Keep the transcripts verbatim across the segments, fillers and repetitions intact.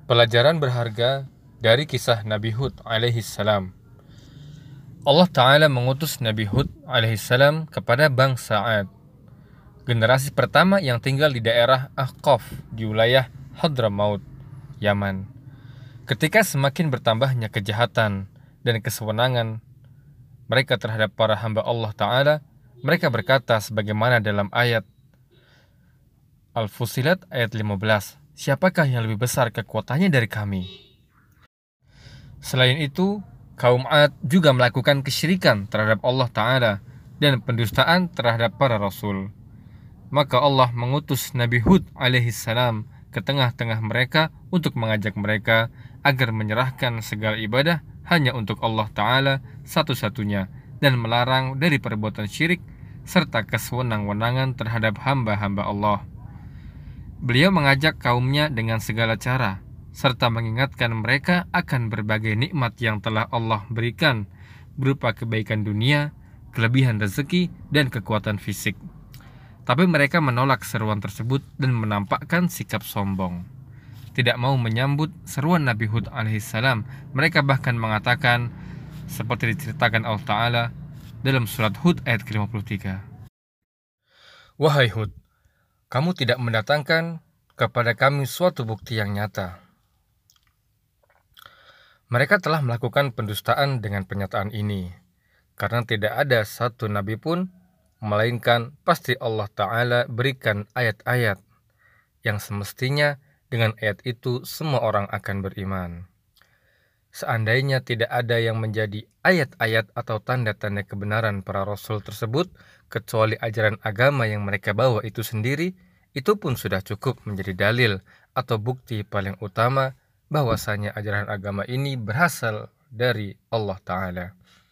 Pelajaran berharga dari kisah Nabi Hud alaihi salam. Allah Ta'ala mengutus Nabi Hud alaihi salam kepada bangsa Ad, generasi pertama yang tinggal di daerah Ahqaf di wilayah Hadramaut, Yaman. Ketika semakin bertambahnya kejahatan dan kesewenangan mereka terhadap para hamba Allah Ta'ala, mereka berkata sebagaimana dalam ayat Al-Fussilat ayat lima belas, siapakah yang lebih besar kekuatannya dari kami? Selain itu, kaum Ad juga melakukan kesyirikan terhadap Allah Ta'ala dan pendustaan terhadap para rasul. Maka Allah mengutus Nabi Hud alaihi salam ke tengah-tengah mereka untuk mengajak mereka agar menyerahkan segala ibadah hanya untuk Allah Ta'ala satu-satunya dan melarang dari perbuatan syirik serta kesewenang-wenangan terhadap hamba-hamba Allah. Beliau mengajak kaumnya dengan segala cara, serta mengingatkan mereka akan berbagai nikmat yang telah Allah berikan, berupa kebaikan dunia, kelebihan rezeki, dan kekuatan fisik. Tapi mereka menolak seruan tersebut dan menampakkan sikap sombong. Tidak mau menyambut seruan Nabi Hud alaihissalam, mereka bahkan mengatakan, seperti diceritakan Allah Ta'ala dalam surat Hud ayat ke lima puluh tiga. Wahai Hud, kamu tidak mendatangkan kepada kami suatu bukti yang nyata. Mereka telah melakukan pendustaan dengan pernyataan ini, karena tidak ada satu nabi pun, melainkan pasti Allah Ta'ala berikan ayat-ayat, yang semestinya dengan ayat itu semua orang akan beriman. Seandainya tidak ada yang menjadi ayat-ayat atau tanda-tanda kebenaran para rasul tersebut, kecuali ajaran agama yang mereka bawa itu sendiri, itu pun sudah cukup menjadi dalil atau bukti paling utama bahwasanya ajaran agama ini berasal dari Allah Ta'ala.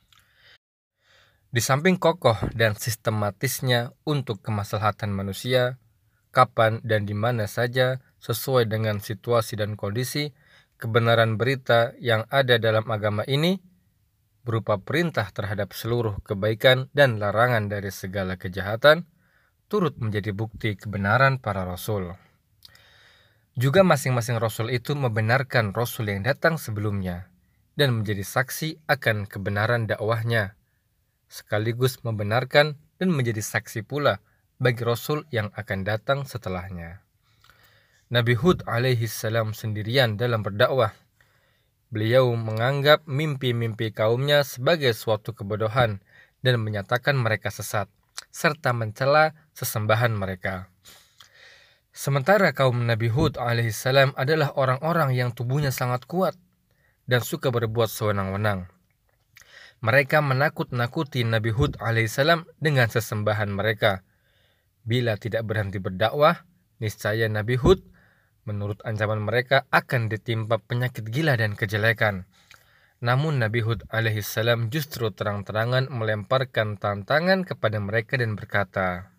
Di samping kokoh dan sistematisnya untuk kemaslahatan manusia, kapan dan di mana saja sesuai dengan situasi dan kondisi, kebenaran berita yang ada dalam agama ini berupa perintah terhadap seluruh kebaikan dan larangan dari segala kejahatan, turut menjadi bukti kebenaran para rasul. Juga masing-masing rasul itu membenarkan rasul yang datang sebelumnya dan menjadi saksi akan kebenaran dakwahnya, sekaligus membenarkan dan menjadi saksi pula bagi rasul yang akan datang setelahnya. Nabi Hud alaihi salam sendirian dalam berdakwah. Beliau menganggap mimpi-mimpi kaumnya sebagai suatu kebodohan dan menyatakan mereka sesat, serta mencela sesembahan mereka. Sementara kaum Nabi Hud alaihi salam adalah orang-orang yang tubuhnya sangat kuat dan suka berbuat sewenang-wenang. Mereka menakut-nakuti Nabi Hud alaihi salam dengan sesembahan mereka. Bila tidak berhenti berdakwah, niscaya Nabi Hud menurut ancaman mereka akan ditimpa penyakit gila dan kejelekan. Namun Nabi Hud alaihi salam justru terang-terangan melemparkan tantangan kepada mereka dan berkata,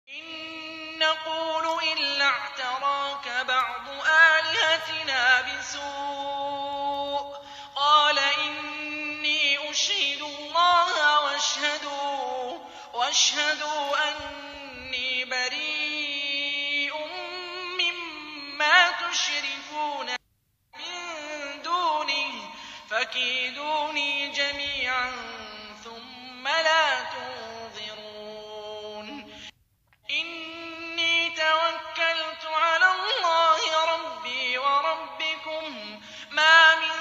تشركون من دونه فكيدوني جميعا ثم لا تنظرون إني توكلت على الله ربي وربكم ما من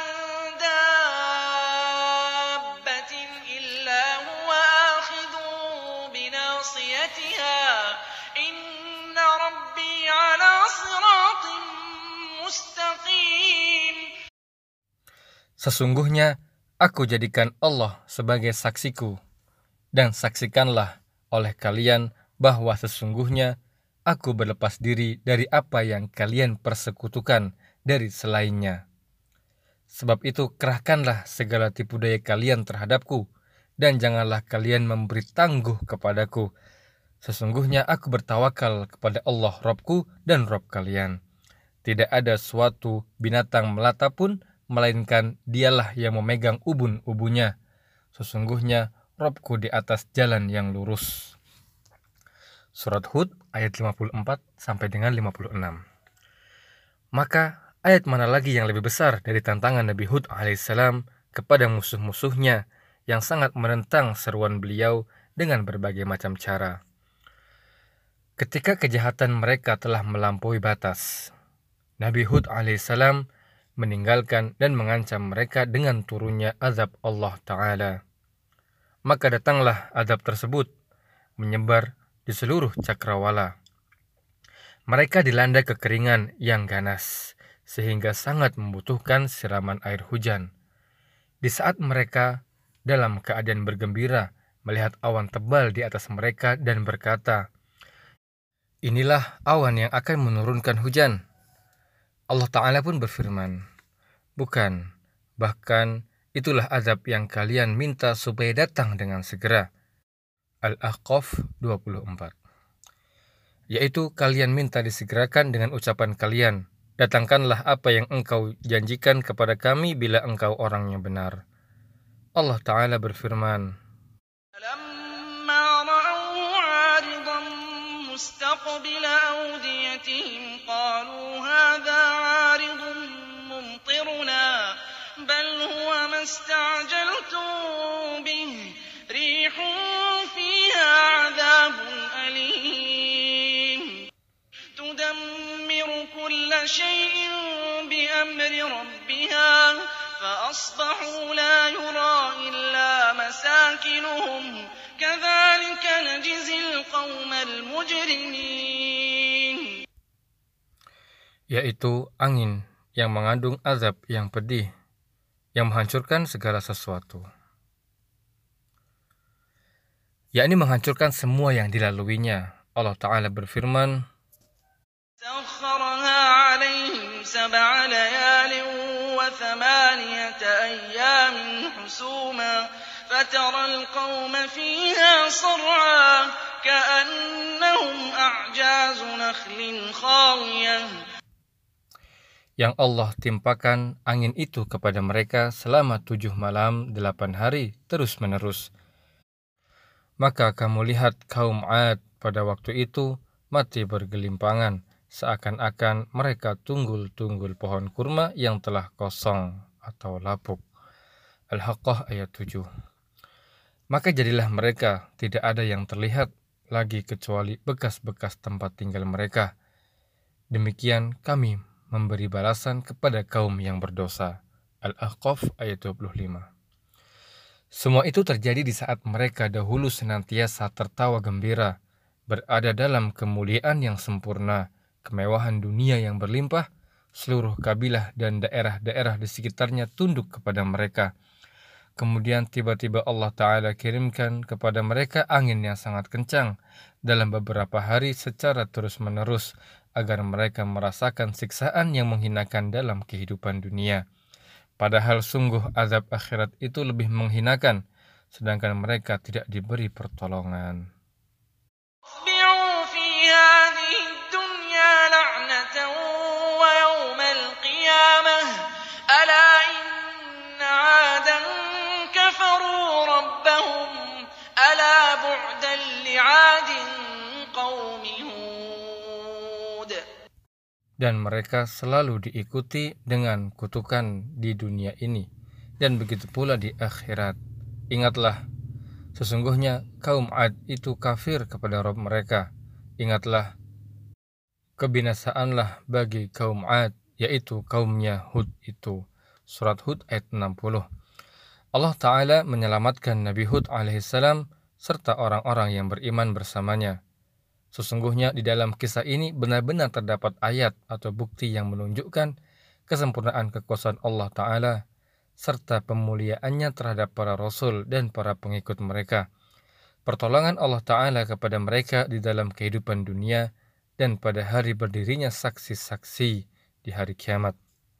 دابة إلا هو آخذ بناصيتها إن ربي على صراط Sesungguhnya aku jadikan Allah sebagai saksiku, dan saksikanlah oleh kalian bahwa sesungguhnya aku berlepas diri dari apa yang kalian persekutukan dari selainnya. Sebab itu kerahkanlah segala tipu daya kalian terhadapku, dan janganlah kalian memberi tangguh kepadaku. Sesungguhnya aku bertawakal kepada Allah Rabbku dan Rabb kalian. Tidak ada suatu binatang melata pun, melainkan dialah yang memegang ubun-ubunnya. Sesungguhnya Rabbku di atas jalan yang lurus. Surat Hud ayat lima puluh empat sampai dengan lima puluh enam. Maka Ayat mana lagi yang lebih besar dari tantangan Nabi Hud alaihissalam kepada musuh-musuhnya yang sangat menentang seruan beliau dengan berbagai macam cara. Ketika kejahatan mereka telah melampaui batas, Nabi Hud alaihissalam meninggalkan dan mengancam mereka dengan turunnya azab Allah Ta'ala. Maka datanglah azab tersebut menyebar di seluruh cakrawala. Mereka dilanda kekeringan yang ganas, sehingga sangat membutuhkan siraman air hujan. Di saat mereka dalam keadaan bergembira melihat awan tebal di atas mereka dan berkata, "Inilah awan yang akan menurunkan hujan." Allah Ta'ala pun berfirman, "Bukan, bahkan itulah azab yang kalian minta supaya datang dengan segera." Al-Ahqaf dua puluh empat. Yaitu kalian minta disegerakan dengan ucapan kalian, "Datangkanlah apa yang engkau janjikan kepada kami bila engkau orang yang benar." Allah Ta'ala berfirman, فَلَمَّا رَأَوْهُ عَارِضًا مُسْتَقْبِلَ أَوْدِيَتِهِمْ قَالُوا هَٰذَا عَارِضٌ مُمْطِرُنَا بَلْ هُوَ مَا اسْتَعْجَلْتُم بِهِ رِيحٌ فِيهَا عَذَابٌ أَلِيمٌ تُدَمِّرُ كُلَّ شَيْءٍ بِأَمْرِ رَبِّهَا فَأَصْبَحُوا لَا يُرَىٰ إِلَّا مَسَاكِنُهُمْ كَذَٰلِكَ نَجْزِي الْقَوْمَ الْمُجْرِمِينَ. yaitu angin yang mengandung azab yang pedih, yang menghancurkan segala sesuatu, yakni menghancurkan semua yang dilaluinya. Allah Ta'ala berfirman, سَخَّرَهَا عَلَيْهِمْ سَبْعَ لَيَالٍ وَثَمَانِيَةَ أَيَّامٍ حُسُومًا فَتَرَى الْقَوْمَ فِيهَا صَرْعَىٰ كَأَنَّهُمْ أَعْجَازُ نَخْلٍ خَاوِيَةٍ. yang Allah timpakan angin itu kepada mereka selama tujuh malam delapan hari terus-menerus. Maka kamu lihat kaum Ad pada waktu itu mati bergelimpangan, seakan-akan mereka tunggul-tunggul pohon kurma yang telah kosong atau lapuk. Al-Haqqah ayat tujuh. Maka jadilah mereka tidak ada yang terlihat lagi kecuali bekas-bekas tempat tinggal mereka. Demikian kami memberi balasan kepada kaum yang berdosa. Al-Ahqaf ayat dua puluh lima. Semua itu terjadi di saat mereka dahulu senantiasa tertawa gembira, berada dalam kemuliaan yang sempurna, kemewahan dunia yang berlimpah, seluruh kabilah dan daerah-daerah di sekitarnya tunduk kepada mereka. Kemudian tiba-tiba Allah Ta'ala kirimkan kepada mereka angin yang sangat kencang dalam beberapa hari secara terus-menerus, agar mereka merasakan siksaan yang menghinakan dalam kehidupan dunia. Padahal sungguh azab akhirat itu lebih menghinakan, sedangkan mereka tidak diberi pertolongan. أُتْبِعُوا فِي هَٰذِهِ الدُّنْيَا لَعْنَةً وَيَوْمَ الْقِيَامَةِ أَلَا إِنَّ عَادًا كَفَرُوا رَبَّهُمْ أَلَا بُعْدًا لِّعَادٍ قَوْمِ هُودٍ. Dan mereka selalu diikuti dengan kutukan di dunia ini, dan begitu pula di akhirat. Ingatlah, sesungguhnya kaum Ad itu kafir kepada Rabb mereka. Ingatlah, kebinasaanlah bagi kaum Ad, yaitu kaumnya Hud itu. Surat Hud ayat enam puluh. Allah Ta'ala menyelamatkan Nabi Hud alaihissalam serta orang-orang yang beriman bersamanya. Sesungguhnya di dalam kisah ini benar-benar terdapat ayat atau bukti yang menunjukkan kesempurnaan kekuasaan Allah Ta'ala serta pemuliaannya terhadap para rasul dan para pengikut mereka. Pertolongan Allah Ta'ala kepada mereka di dalam kehidupan dunia dan pada hari berdirinya saksi-saksi di hari kiamat.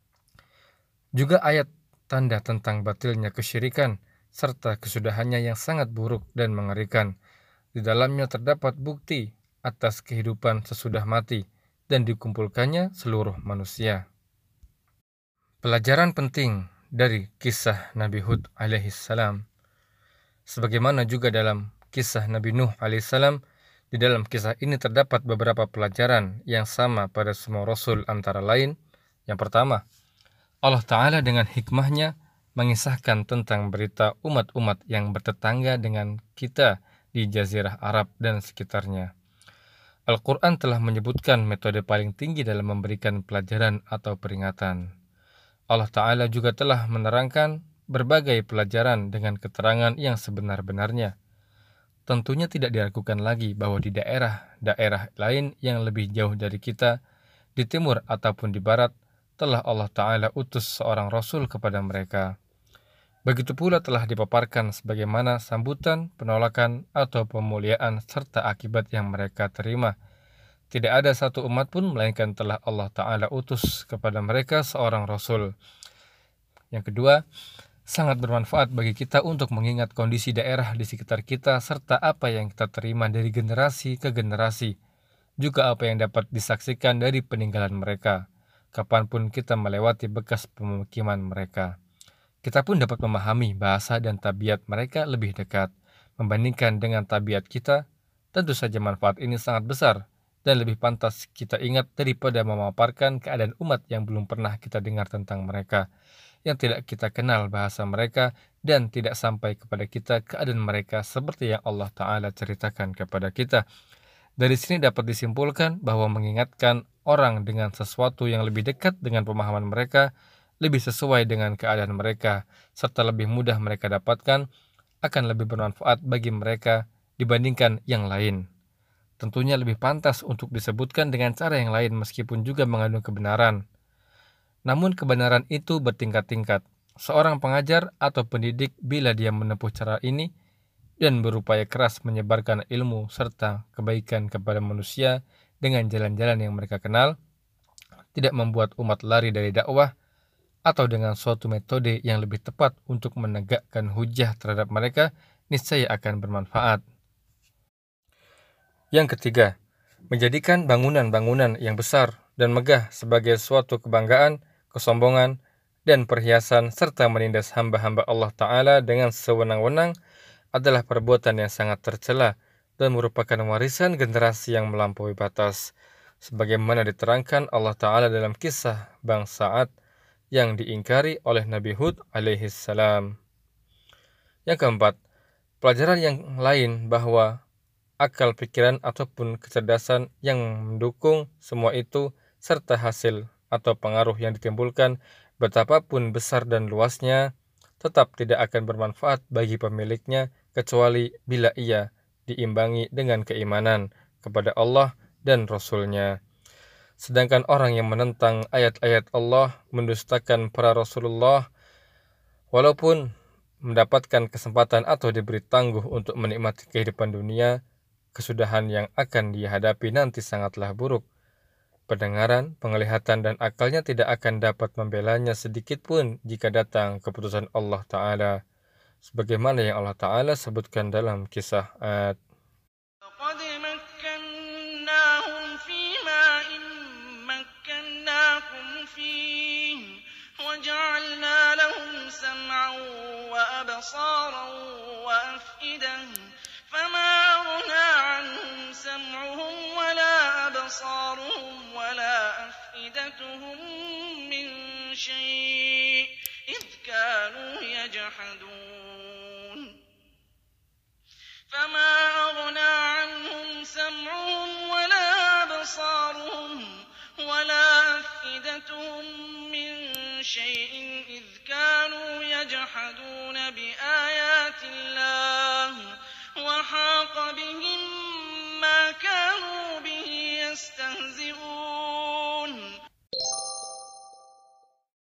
Juga ayat tanda tentang batilnya kesyirikan serta kesudahannya yang sangat buruk dan mengerikan. Di dalamnya terdapat bukti atas kehidupan sesudah mati dan dikumpulkannya seluruh manusia. Pelajaran penting dari kisah Nabi Hud alaihissalam, sebagaimana juga dalam kisah Nabi Nuh alaihissalam, di dalam kisah ini terdapat beberapa pelajaran yang sama pada semua rasul, antara lain Yang pertama, Allah Ta'ala dengan hikmahnya mengisahkan tentang berita umat-umat yang bertetangga dengan kita di Jazirah Arab dan sekitarnya. Al-Quran telah menyebutkan metode paling tinggi dalam memberikan pelajaran atau peringatan. Allah Ta'ala juga telah menerangkan berbagai pelajaran dengan keterangan yang sebenar-benarnya. Tentunya tidak diragukan lagi bahwa di daerah-daerah lain yang lebih jauh dari kita, di timur ataupun di barat, telah Allah Ta'ala utus seorang Rasul kepada mereka. Begitu pula telah dipaparkan sebagaimana sambutan, penolakan, atau pemuliaan serta akibat yang mereka terima. Tidak ada satu umat pun melainkan telah Allah Ta'ala utus kepada mereka seorang Rasul. Yang kedua, sangat bermanfaat bagi kita untuk mengingat kondisi daerah di sekitar kita serta apa yang kita terima dari generasi ke generasi, juga apa yang dapat disaksikan dari peninggalan mereka. Kapanpun kita melewati bekas pemukiman mereka, kita pun dapat memahami bahasa dan tabiat mereka lebih dekat. Membandingkan dengan tabiat kita, tentu saja manfaat ini sangat besar dan lebih pantas kita ingat daripada memaparkan keadaan umat yang belum pernah kita dengar tentang mereka, yang tidak kita kenal bahasa mereka dan tidak sampai kepada kita keadaan mereka seperti yang Allah Ta'ala ceritakan kepada kita. Dari sini dapat disimpulkan bahwa mengingatkan orang dengan sesuatu yang lebih dekat dengan pemahaman mereka, lebih sesuai dengan keadaan mereka, serta lebih mudah mereka dapatkan, akan lebih bermanfaat bagi mereka dibandingkan yang lain. Tentunya lebih pantas untuk disebutkan dengan cara yang lain meskipun juga mengandung kebenaran. Namun kebenaran itu bertingkat-tingkat. Seorang pengajar atau pendidik bila dia menempuh cara ini dan berupaya keras menyebarkan ilmu serta kebaikan kepada manusia dengan jalan-jalan yang mereka kenal, tidak membuat umat lari dari dakwah, atau dengan suatu metode yang lebih tepat untuk menegakkan hujah terhadap mereka, niscaya akan bermanfaat. Yang ketiga, menjadikan bangunan-bangunan yang besar dan megah sebagai suatu kebanggaan, kesombongan, dan perhiasan serta menindas hamba-hamba Allah Ta'ala dengan sewenang-wenang adalah perbuatan yang sangat tercela dan merupakan warisan generasi yang melampaui batas, sebagaimana diterangkan Allah Ta'ala dalam kisah bangsa Ad yang diingkari oleh Nabi Hud alaihi salam. Yang keempat, pelajaran yang lain bahwa akal pikiran ataupun kecerdasan yang mendukung semua itu serta hasil atau pengaruh yang ditimbulkan betapapun besar dan luasnya tetap tidak akan bermanfaat bagi pemiliknya kecuali bila ia diimbangi dengan keimanan kepada Allah dan Rasul-Nya. Sedangkan orang yang menentang ayat-ayat Allah, mendustakan para Rasulullah, walaupun mendapatkan kesempatan atau diberi tangguh untuk menikmati kehidupan dunia, kesudahan yang akan dihadapi nanti sangatlah buruk. Pendengaran, penglihatan, dan akalnya tidak akan dapat membelanya sedikit pun jika datang keputusan Allah Ta'ala, sebagaimana yang Allah Ta'ala sebutkan dalam kisah Ad. فما أغنى عنهم سمعهم ولا أبصارهم ولا أفئدتهم من شيء إذ كانوا يجحدون بآيات الله وحاق بهم ما كانوا به يستهزئون